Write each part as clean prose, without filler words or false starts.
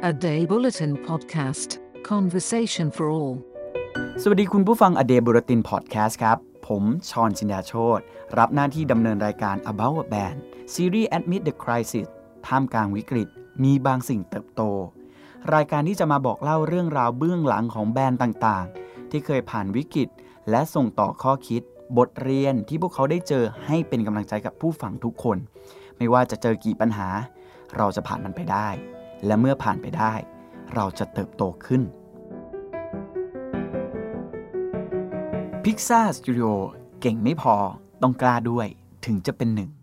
A Day Bulletin Podcast Conversation for All สวัสดีคุณผู้ฟัง A Day Bulletin Podcast ครับผมชอนชินดาโชติรับหน้าที่ดำเนินรายการ About a Band ซีรีส์ Amid the Crisis ท่ามกลางวิกฤตมีบางสิ่งเติบโตรายการที่จะมาบอกเล่าเรื่องราวเบื้องหลังของแบรนด์ต่างๆที่เคยผ่านวิกฤตและส่งต่อข้อคิดบทเรียนที่พวกเขาได้เจอให้เป็นกำลังใจกับผู้ฟังทุกคนไม่ว่าจะเจอกี่ปัญหาเราจะผ่านมันไปได้และเมื่อผ่านไปได้เราจะเติบโตขึ้น Pixar Studio เก่งไม่พอต้องกล้าด้วยถึงจะเป็นหนึ่ง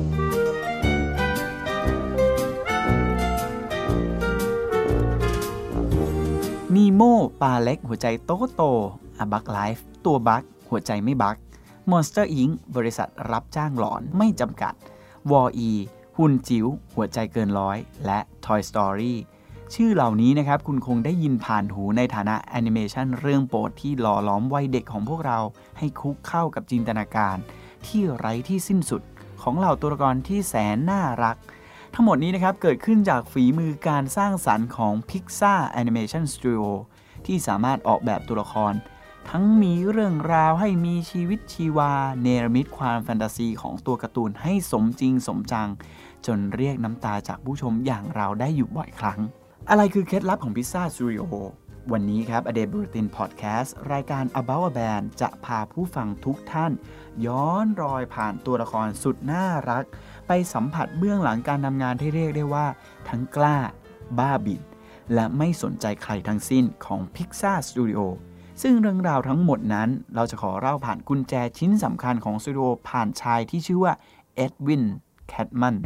นีโม่ปลาเล็กหัวใจโตโตอะบักไลฟ์ตัวบักหัวใจไม่บัก Monster Inc บริษัทรับจ้างหลอนไม่จำกัด Wall-E หุ่นจิ๋วหัวใจเกินร้อยและ Toy Story ชื่อเหล่านี้นะครับคุณคงได้ยินผ่านหูในฐานะแอนิเมชันเรื่องโปรดที่หล่อหลอมวัยเด็กของพวกเราให้คุกเข้ากับจินตนาการที่ไร้ที่สิ้นสุดของเหล่าตัวละครที่แสนน่ารักทั้งหมดนี้นะครับเกิดขึ้นจากฝีมือการสร้างสรรค์ของ Pixar Animation Studio ที่สามารถออกแบบตัวละครทั้งมีเรื่องราวให้มีชีวิตชีวาเนรมิตความแฟนตาซีของตัวการ์ตูนให้สมจริงสมจังจนเรียกน้ำตาจากผู้ชมอย่างเราได้อยู่บ่อยครั้งอะไรคือเคล็ดลับของ Pixar Studio วันนี้ครับ A Day Bulletin Podcast รายการ About a Band จะพาผู้ฟังทุกท่านย้อนรอยผ่านตัวละครสุดน่ารักไปสัมผัสเบื้องหลังการทำงานที่เรียกได้ว่าทั้งกล้าบ้าบิ่นและไม่สนใจใครทั้งสิ้นของ Pixar Studio ซึ่งเรื่องราวทั้งหมดนั้นเราจะขอเล่าผ่านกุญแจชิ้นสำคัญของสตูดิโอผ่านชายที่ชื่อว่าเอ็ดวินแคทมัน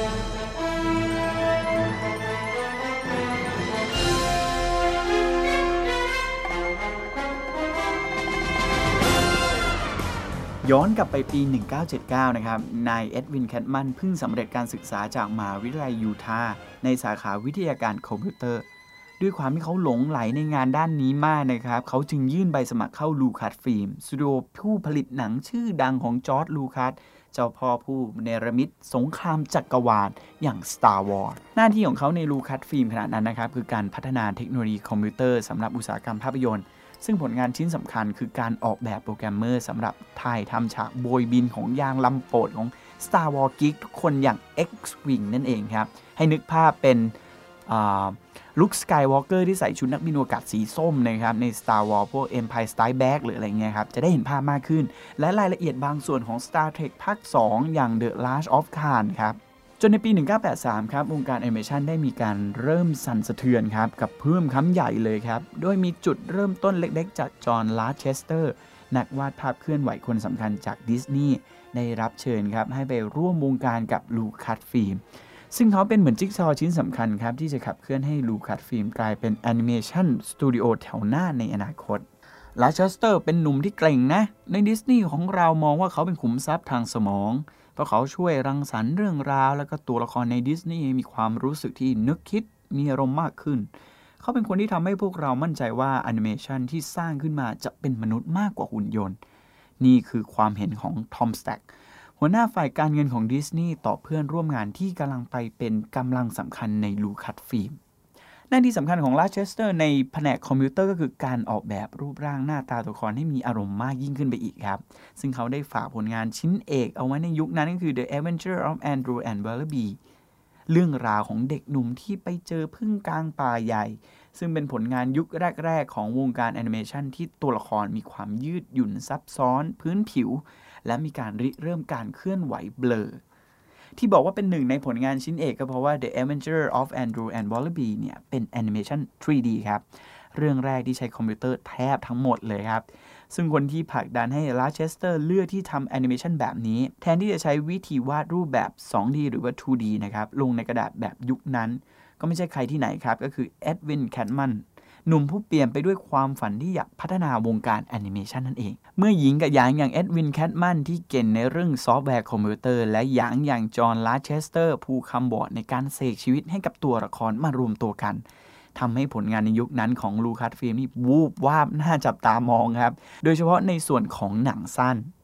ย้อนกลับไปปี 1979 นะครับ นายเอ็ดวิน แคทมันเพิ่งสำเร็จการศึกษาจากมหาวิทยาลัยยูทาห์ในสาขาวิทยาการคอมพิวเตอร์ด้วยความที่เขาหลงไหลในงานด้านนี้มากนะครับเขาจึงยื่นใบสมัครเข้าลูคัสฟิล์มสตูดิโอผู้ผลิตหนังชื่อดังของจอร์จลูคัสเจ้าพ่อผู้เนรมิตสงครามจักรวาลอย่าง Star Wars หน้าที่ของเขาในลูคัสฟิล์มขณะนั้นนะครับคือการพัฒนาเทคโนโลยีคอมพิวเตอร์สำหรับอุตสาหกรรมภาพยนตร์ซึ่งผลงานชิ้นสำคัญคือการออกแบบโปรแกรมเมอร์สำหรับถ่ายทำฉากโบยบินของยางลำโปรดของ Star Wars Geek ทุกคนอย่าง X-Wing นั่นเองครับให้นึกภาพเป็นลุค สกายวอล์กเกอร์ที่ใส่ชุดนักบินอวกาศสีส้มนะครับใน Star Wars พวก Empire Strikes Back หรืออะไรเงี้ยครับจะได้เห็นภาพมากขึ้นและรายละเอียดบางส่วนของ Star Trek ภาค 2 อย่าง The Last of Khan ครับจนในปี 1983 ครับวงการแอนิเมชันได้มีการเริ่มสั่นสะเทือนครับกับเพิ่มคำใหญ่เลยครับโดยมีจุดเริ่มต้นเล็กๆจากจอห์น ลาสเชสเตอร์นักวาดภาพเคลื่อนไหวคนสำคัญจากดิสนีย์ได้รับเชิญครับให้ไปร่วมวงการกับลูคัสฟิล์มซึ่งเขาเป็นเหมือนจิ๊กซอว์ชิ้นสำคัญครับที่จะขับเคลื่อนให้ลูคัสฟิล์มกลายเป็นแอนิเมชันสตูดิโอแถวหน้าในอนาคตลาสเชสเตอร์เป็นหนุ่มที่เก่งนะในดิสนีย์ของเรามองว่าเขาเป็นขุมทรัพย์ทางสมองเพราะเขาช่วยรังสรรค์เรื่องราวและก็ตัวละครในดิสนีย์มีความรู้สึกที่นึกคิดมีอารมณ์มากขึ้นเขาเป็นคนที่ทำให้พวกเรามั่นใจว่าแอนิเมชันที่สร้างขึ้นมาจะเป็นมนุษย์มากกว่าหุ่นยนต์นี่คือความเห็นของทอม สแต็กหัวหน้าฝ่ายการเงินของดิสนีย์ต่อเพื่อนร่วมงานที่กำลังไปเป็นกำลังสำคัญในลูคัสฟิล์มหน้าที่สำคัญของลาสเชสเตอร์ในแผนกคอมพิวเตอร์ก็คือการออกแบบรูปร่างหน้าตาตัวละครให้มีอารมณ์มากยิ่งขึ้นไปอีกครับซึ่งเขาได้ฝากผลงานชิ้นเอกเอาไว้ในยุคนั้นก็คือ The Adventure of Andrew and Wallaby เรื่องราวของเด็กหนุ่มที่ไปเจอผึ้งกลางป่าใหญ่ซึ่งเป็นผลงานยุคแรกๆของวงการแอนิเมชันที่ตัวละครมีความยืดหยุ่นซับซ้อนพื้นผิวและมีการริเริ่มการเคลื่อนไหวเบลอที่บอกว่าเป็นหนึ่งในผลงานชิ้นเอกก็เพราะว่า The Adventure of Andrew and Wallaby เนี่ยเป็นแอนิเมชัน 3D ครับเรื่องแรกที่ใช้คอมพิวเตอร์แทบทั้งหมดเลยครับซึ่งคนที่ผลักดันให้ลาสเชสเตอร์เลือกที่ทำแอนิเมชันแบบนี้แทนที่จะใช้วิธีวาดรูปแบบ 2D หรือว่า 2D นะครับลงในกระดาษแบบยุคนั้นก็ไม่ใช่ใครที่ไหนครับก็คือเอ็ดวิน แคทมันหนุ่มผู้เปลี่ยนไปด้วยความฝันที่อยากพัฒนาวงการแอนิเมชันนั่นเองเมื่อหญิงกับหยางอย่างเอ็ดวิน แคทมันที่เก่งในเรื่องซอฟต์แวร์คอมพิวเตอร์และหยางอย่างจอห์น ลาสเชสเตอร์ผู้คำบอดในการเสกชีวิตให้กับตัวละครมารวมตัวกันทำให้ผลงานในยุคนั้นของลูคัสฟิล์มนี่วูบวาบน่าจับตามองครับโดยเฉพาะในส่วนของหนังสั้น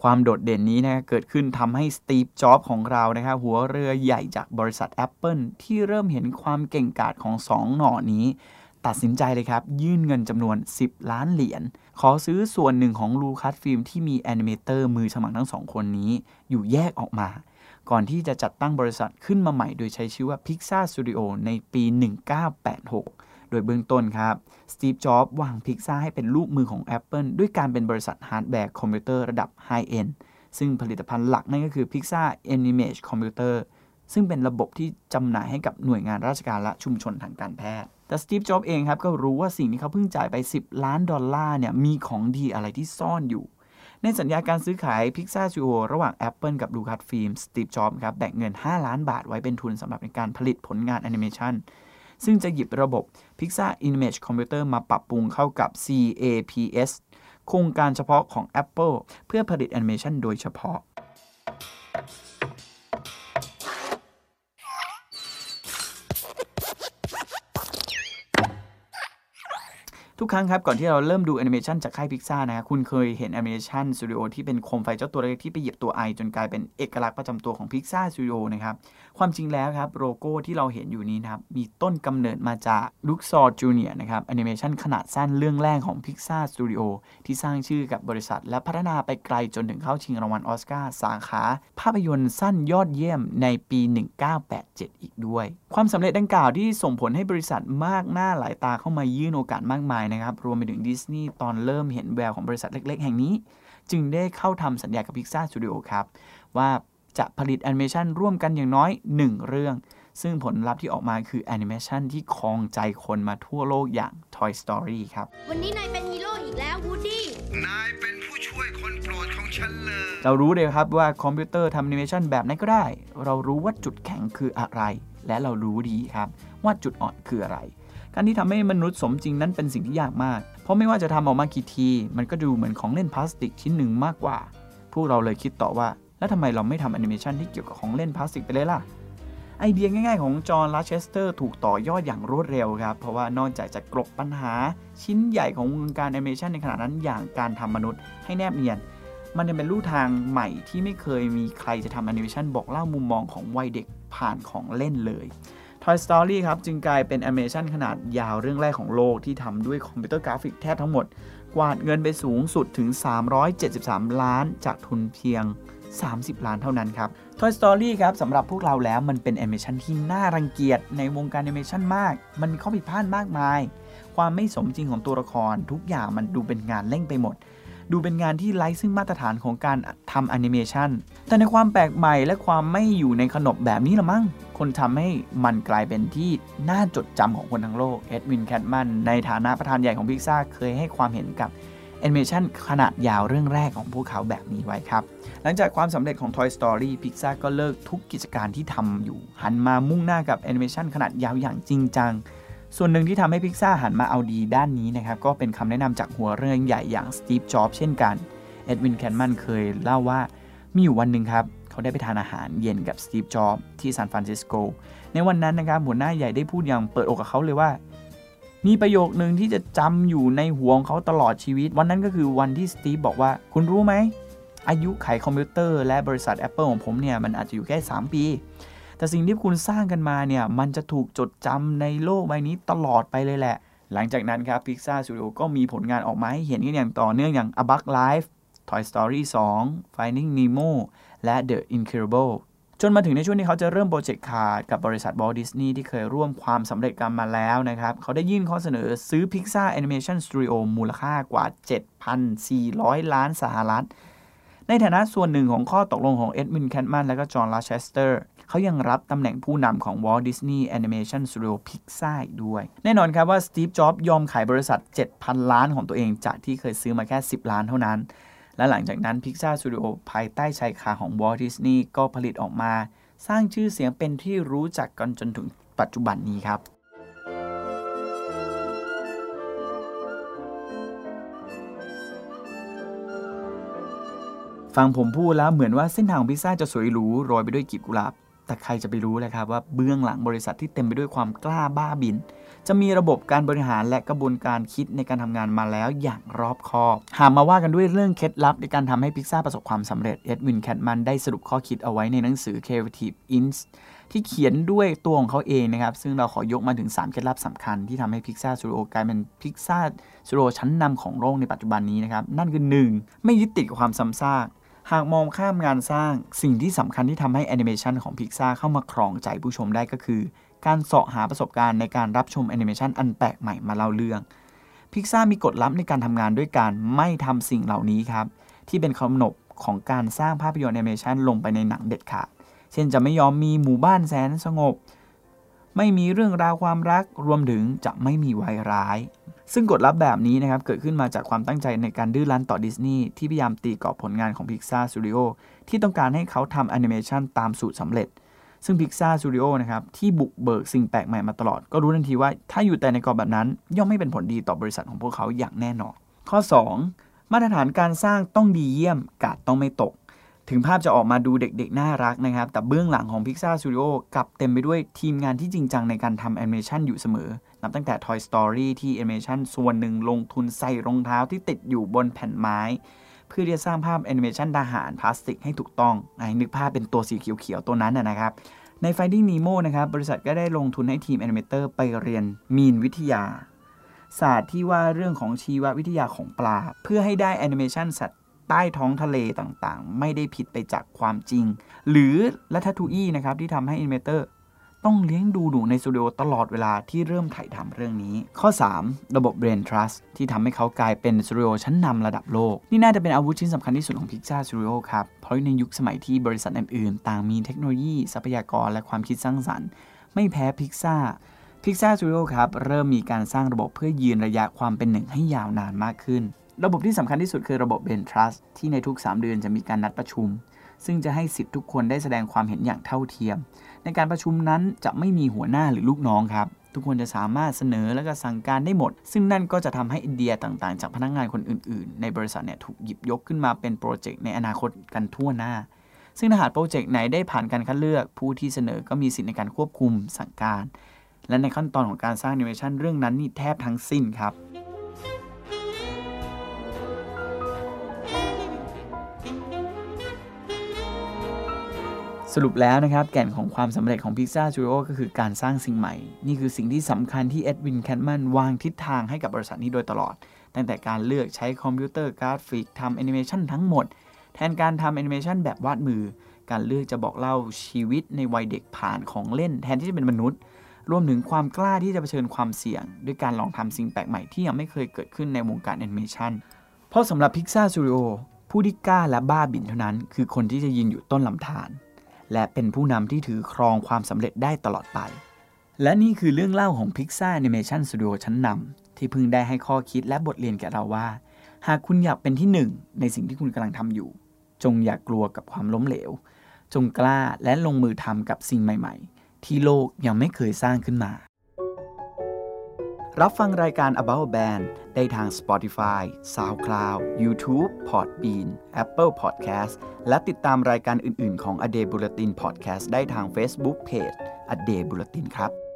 ความโดดเด่นนี้นะเกิดขึ้นทำให้สตีฟ จ็อบส์ของเรานะครับหัวเรือใหญ่จากบริษัท Apple ที่เริ่มเห็นความเก่งกาจของ2หน่อนี้ตัดสินใจเลยครับยื่นเงินจำนวน10 ล้านเหรียญขอซื้อส่วนหนึ่งของ Lucasfilm ที่มีแอนิเมเตอร์มือฉมังทั้ง2คนนี้อยู่แยกออกมาก่อนที่จะจัดตั้งบริษัทขึ้นมาใหม่โดยใช้ชื่อว่า Pixar Studio ในปี 1986 โดยเบื้องต้นครับสตีฟ จ็อบส์วาง Pixar ให้เป็นลูกมือของ Apple ด้วยการเป็นบริษัทฮาร์ดแวร์คอมพิวเตอร์ระดับ High End ซึ่งผลิตภัณฑ์หลักนั่นก็คือ Pixar Image Computer ซึ่งเป็นระบบที่จำหน่ายให้กับหน่วยงานราชการและชุมชนทางการแพทย์แต่สตีฟ จ็อบส์เองครับก็รู้ว่าสิ่งที่เขาเพิ่งจ่ายไป$10 ล้านเนี่ยมีของดีอะไรที่ซ่อนอยู่ในสัญญาการซื้อขาย Pixar Studio ระหว่าง Apple กับ Lucasfilm สตีฟ จ็อบส์ครับแบ่งเงิน$5 ล้านไว้เป็นทุนสำหรับในการผลิตผลงานแอนิเมชันซึ่งจะหยิบระบบ Pixar Image Computer มาปรับปรุงเข้ากับ CAPS โครงการเฉพาะของ Apple เพื่อผลิตแอนิเมชันโดยเฉพาะทุกครั้งครับก่อนที่เราเริ่มดูแอนิเมชันจากค่าย Pixar นะครับคุณเคยเห็นแอนิเมชันสตูดิโอที่เป็นโคมไฟเจ้าตัวเล็กที่ไปเหยียบตัวไอจนกลายเป็นเอกลักษณ์ประจำตัวของ Pixar Studio นะครับความจริงแล้วครับโลโก้ที่เราเห็นอยู่นี้นะครับมีต้นกำเนิดมาจาก Luxor Junior นะครับแอนิเมชันขนาดสั้นเรื่องแรกของ Pixar Studio ที่สร้างชื่อกับบริษัทและพัฒนาไปไกลจนถึงเข้าชิงรางวัลออสการ์สาขาภาพยนตร์สั้นยอดเยี่ยมในปี 1987 อีกด้วยความสำเร็จดังกล่าวที่ส่งผลให้บริษัทมากหน้าหลายตาเข้ามายื่นโอกาสมากมายนะครับรวมไปถึงดิสนีย์ตอนเริ่มเห็นแววของบริษัทเล็กๆแห่งนี้จึงได้เข้าทำสัญญากับ Pixar Studio ครับว่าจะผลิตแอนิเมชันร่วมกันอย่างน้อย1เรื่องซึ่งผลลัพธ์ที่ออกมาคือแอนิเมชันที่ครองใจคนมาทั่วโลกอย่าง Toy Story ครับวันนี้นายเป็นฮีโร่อีกแล้ววูดดี้นายเป็นผู้ช่วยคนโปรดของฉันเลยเรารู้เลยครับว่าคอมพิวเตอร์ทำแอนิเมชันแบบไหนก็ได้เรารู้ว่าจุดแข็งคืออะไรและเรารู้ดีครับว่าจุดอ่อนคืออะไรการที่ทำให้มนุษย์สมจริงนั้นเป็นสิ่งที่ยากมากเพราะไม่ว่าจะทำออกมากี่ทีมันก็ดูเหมือนของเล่นพลาสติกชิ้นหนึ่งมากกว่าพวกเราเลยคิดต่อว่าแล้วทำไมเราไม่ทำแอนิเมชันที่เกี่ยวกับของเล่นพลาสติกไปเลยล่ะไอเดียง่ายๆของจอห์น ลาเชสเตอร์ถูกต่อยอดอย่างรวดเร็วครับเพราะว่านอกจากจะกลบปัญหาชิ้นใหญ่ของวงการแอนิเมชันในขณะนั้นอย่างการทำมนุษย์ให้แนบเนียนมันจะเป็นลู่ทางใหม่ที่ไม่เคยมีใครจะทำแอนิเมชันบอกเล่ามุมมองของวัยเด็กผ่านของเล่นเลยToy Story ครับจึงกลายเป็นแอนิเมชันขนาดยาวเรื่องแรกของโลกที่ทำด้วยคอมพิวเตอร์กราฟิกแทบทั้งหมดกวาดเงินไปสูงสุดถึง373 ล้านจากทุนเพียง30 ล้านเท่านั้นครับ Toy Story ครับสำหรับพวกเราแล้วมันเป็นแอนิเมชันที่น่ารังเกียจในวงการแอนิเมชันมากมันมีข้อผิดพลาดมากมายความไม่สมจริงของตัวละครทุกอย่างมันดูเป็นงานเร่งไปหมดดูเป็นงานที่ไร้ซึ่งมาตรฐานของการทำแอนิเมชันแต่ในความแปลกใหม่และความไม่อยู่ในขนบแบบนี้ละมั้งคนทำให้มันกลายเป็นที่น่าจดจำของคนทั้งโลกเอ็ดวิน แคทแมนในฐานะประธานใหญ่ของ Pixar เคยให้ความเห็นกับแอนิเมชันขนาดยาวเรื่องแรกของพวกเขาแบบนี้ไว้ครับหลังจากความสำเร็จของ Toy Story Pixar ก็เลิกทุกกิจการที่ทำอยู่หันมามุ่งหน้ากับแอนิเมชันขนาดยาวอย่างจริงจังส่วนหนึ่งที่ทำให้ Pixar หันมาเอาดีด้านนี้นะครับก็เป็นคำแนะนำจากหัวเรื่องใหญ่อย่างสตีฟ จ็อบส์เช่นกันเอ็ดวิน แคทแมนเคยเล่าว่ามีอยู่วันหนึ่งครับเขาได้ไปทานอาหารเย็นกับสตีฟ จ็อบส์ที่ซานฟรานซิสโกในวันนั้นนะครับหัวหน้าใหญ่ได้พูดอย่างเปิดอกกับเขาเลยว่ามีประโยคนึงที่จะจำอยู่ในหัวของเขาตลอดชีวิตวันนั้นก็คือวันที่สตีฟบอกว่าคุณรู้ไหมอายุขัยคอมพิวเตอร์และบริษัท Apple ของผมเนี่ยมันอาจจะอยู่แค่3 ปีแต่สิ่งที่คุณสร้างกันมาเนี่ยมันจะถูกจดจำในโลกใบนี้ตลอดไปเลยแหละหลังจากนั้นครับ Pixar Studio ก็มีผลงานออกมาให้เห็นกันอย่างต่อเนื่องอย่าง A Bug's Life Toy Story 2 Finding Nemo และ The Incredibles จนมาถึงในช่วงที่เขาจะเริ่มโปรเจกต์ขาดกับบริษัท Walt Disney ที่เคยร่วมความสำเร็จกันมาแล้วนะครับเขาได้ยื่นข้อเสนอซื้อ Pixar Animation Studio มูลค่ากว่า 7,400 ล้านสหรัฐในฐานะส่วนหนึ่งของข้อตกลงของเอ็ดวิน แคทแมนและก็จอห์น ลาเชสเตอร์เขายังรับตำแหน่งผู้นำของ Walt Disney Animation Studio Pixar ด้วยแน่นอนครับว่าสตีฟ จ็อบส์ยอมขายบริษัท 7,000 ล้านของตัวเองจากที่เคยซื้อมาแค่10 ล้านเท่านั้นและหลังจากนั้น Pixar Studio ภายใต้ชายคาของ Walt Disney ก็ผลิตออกมาสร้างชื่อเสียงเป็นที่รู้จักกันจนถึงปัจจุบันนี้ครับฟังผมพูดแล้วเหมือนว่าเส้นทางของพิซซ่าจะสวยหรูโรยไปด้วยกลีบกุหลาบแต่ใครจะไปรู้เลยครับว่าเบื้องหลังบริษัทที่เต็มไปด้วยความกล้าบ้าบินจะมีระบบการบริหารและกระบวนการคิดในการทำงานมาแล้วอย่างรอบคอบหากมาว่ากันด้วยเรื่องเคล็ดลับในการทำให้พิกซ่าประสบความสำเร็จเอ็ดวินแคทมันได้สรุปข้อคิดเอาไว้ในหนังสือ Creative Incที่เขียนด้วยตัวของเขาเองนะครับซึ่งเราขอยกมาถึง3เคล็ดลับสำคัญที่ทำให้ Pixar Studio กลายเป็น Pixar Studio ชั้นนำของโลกในปัจจุบันนี้นะครับนั่นคือ 1. ไม่ยึดติดกับความซ้ำซากหากมองข้ามงานสร้างสิ่งที่สำคัญที่ทำให้แอนิเมชันของ Pixar เข้ามาครองใจผู้ชมได้ก็คือการเสาะหาประสบการณ์ในการรับชมแอนิเมชันอันแปลกใหม่มาเล่าเรื่อง Pixar มีกฎลับในการทำงานด้วยการไม่ทำสิ่งเหล่านี้ครับที่เป็นกำหนดของการสร้างภาพยนตร์แอนิเมชันลงไปในหนังเด็ดขาดเช่นจะไม่ยอมมีหมู่บ้านแสนสงบไม่มีเรื่องราวความรักรวมถึงจะไม่มีวายร้ายซึ่งกฎลับแบบนี้นะครับเกิดขึ้นมาจากความตั้งใจในการดื้อรั้นต่อดิสนีย์ที่พยายามตีกรอบผลงานของ Pixar Studio ที่ต้องการให้เขาทำแอนิเมชันตามสูตรสำเร็จซึ่ง Pixar Studio นะครับที่บุกเบิกสิ่งแปลกใหม่มาตลอดก็รู้ทันทีว่าถ้าอยู่แต่ในกรอบแบบนั้นย่อมไม่เป็นผลดีต่อบริษัทของพวกเขาอย่างแน่นอนข้อ 2. มาตรฐานการสร้างต้องดีเยี่ยมกาดต้องไม่ตกถึงภาพจะออกมาดูเด็กๆน่ารักนะครับแต่เบื้องหลังของ Pixar Studio กลับเต็มไปด้วยทีมงานที่จริงจังในการทำแอนิเมชันอยู่เสมอนับตั้งแต่ Toy Story ที่แอนิเมชันส่วนหนึ่งลงทุนใส่รองเท้าที่ติดอยู่บนแผ่นไม้เพื่อที่จะสร้างภาพแอนิเมชันทหารพลาสติกให้ถูกต้องนึกภาพเป็นตัวสีเขียวๆตัวนั้นนะครับใน Finding Nemo นะครับบริษัทก็ได้ลงทุนให้ทีมแอนิเมเตอร์ไปเรียนมีนวิทยาศาสตร์ที่ว่าเรื่องของชีววิทยาของปลาเพื่อให้ได้แอนิเมชันสัตว์ใต้ท้องทะเลต่างๆไม่ได้ผิดไปจากความจริงหรือรัททูอี้นะครับที่ทำให้แอนิเมเตอร์ต้องเลี้ยงดูหนูในสตูดิโอตลอดเวลาที่เริ่มถ่ายทำเรื่องนี้ข้อ 3. ระบบ Brain Trust ที่ทำให้เขากลายเป็นสตูดิโอชั้นนำระดับโลกนี่น่าจะเป็นอาวุธชิ้นสำคัญที่สุดของ Pixar Studio ครับเพราะในยุคสมัยที่บริษัทอื่นๆต่างมีเทคโนโลยีทรัพยากรและความคิดสร้างสรรค์ไม่แพ้ Pixar Studio ครับเริ่มมีการสร้างระบบเพื่อยืนระยะความเป็นหนึ่งให้ยาวนานมากขึ้นระบบที่สำคัญที่สุดคือระบบ Brain Trust ที่ในทุก3เดือนจะมีการนัดประชุมซึ่งจะให้สิทธิ์ทุกคนได้แสดงความเห็นอย่างเท่าเทียมในการประชุมนั้นจะไม่มีหัวหน้าหรือลูกน้องครับทุกคนจะสามารถเสนอและก็สั่งการได้หมดซึ่งนั่นก็จะทำให้ไอเดียต่างๆจากพนักงานคนอื่นๆในบริษัทเนี่ยถูกหยิบยกขึ้นมาเป็นโปรเจกต์ในอนาคตกันทั่วหน้าซึ่งถ้าหากโปรเจกต์ไหนได้ผ่านการคัดเลือกผู้ที่เสนอก็มีสิทธิ์ในการควบคุมสั่งการและในขั้นตอนของการสร้างแอนิเมชันเรื่องนั้นนี่แทบทั้งสิ้นครับสรุปแล้วนะครับแก่นของความสำเร็จของ Pixar Studio ก็คือการสร้างสิ่งใหม่นี่คือสิ่งที่สำคัญที่เอ็ดวินแคทแมนวางทิศทางให้กับบริษัทนี้โดยตลอดตั้งแต่การเลือกใช้คอมพิวเตอร์กราฟิกทำแอนิเมชันทั้งหมดแทนการทำแอนิเมชันแบบวาดมือการเลือกจะบอกเล่าชีวิตในวัยเด็กผ่านของเล่นแทนที่จะเป็นมนุษย์รวมถึงความกล้าที่จะเผชิญความเสี่ยงด้วยการลองทำสิ่งแปลกใหม่ที่ยังไม่เคยเกิดขึ้นในวงการแอนิเมชันเพราะสำหรับ Pixar Studio ผู้ที่กล้าและบ้าบิ่นเท่านั้นคือคนที่จะยืนอยู่ต้นลำธารและเป็นผู้นำที่ถือครองความสำเร็จได้ตลอดไปและนี่คือเรื่องเล่าของ Pixar Animation Studio ชั้นนำที่เพิ่งได้ให้ข้อคิดและบทเรียนแก่เราว่าหากคุณอยากเป็นที่หนึ่งในสิ่งที่คุณกำลังทำอยู่จงอย่ากลัวกับความล้มเหลวจงกล้าและลงมือทำกับสิ่งใหม่ๆที่โลกยังไม่เคยสร้างขึ้นมารับฟังรายการ About Band ได้ทาง Spotify, SoundCloud, YouTube, Podbean, Apple Podcast และติดตามรายการอื่นๆของ A Day Bulletin Podcast ได้ทาง Facebook Page A Day Bulletin ครับ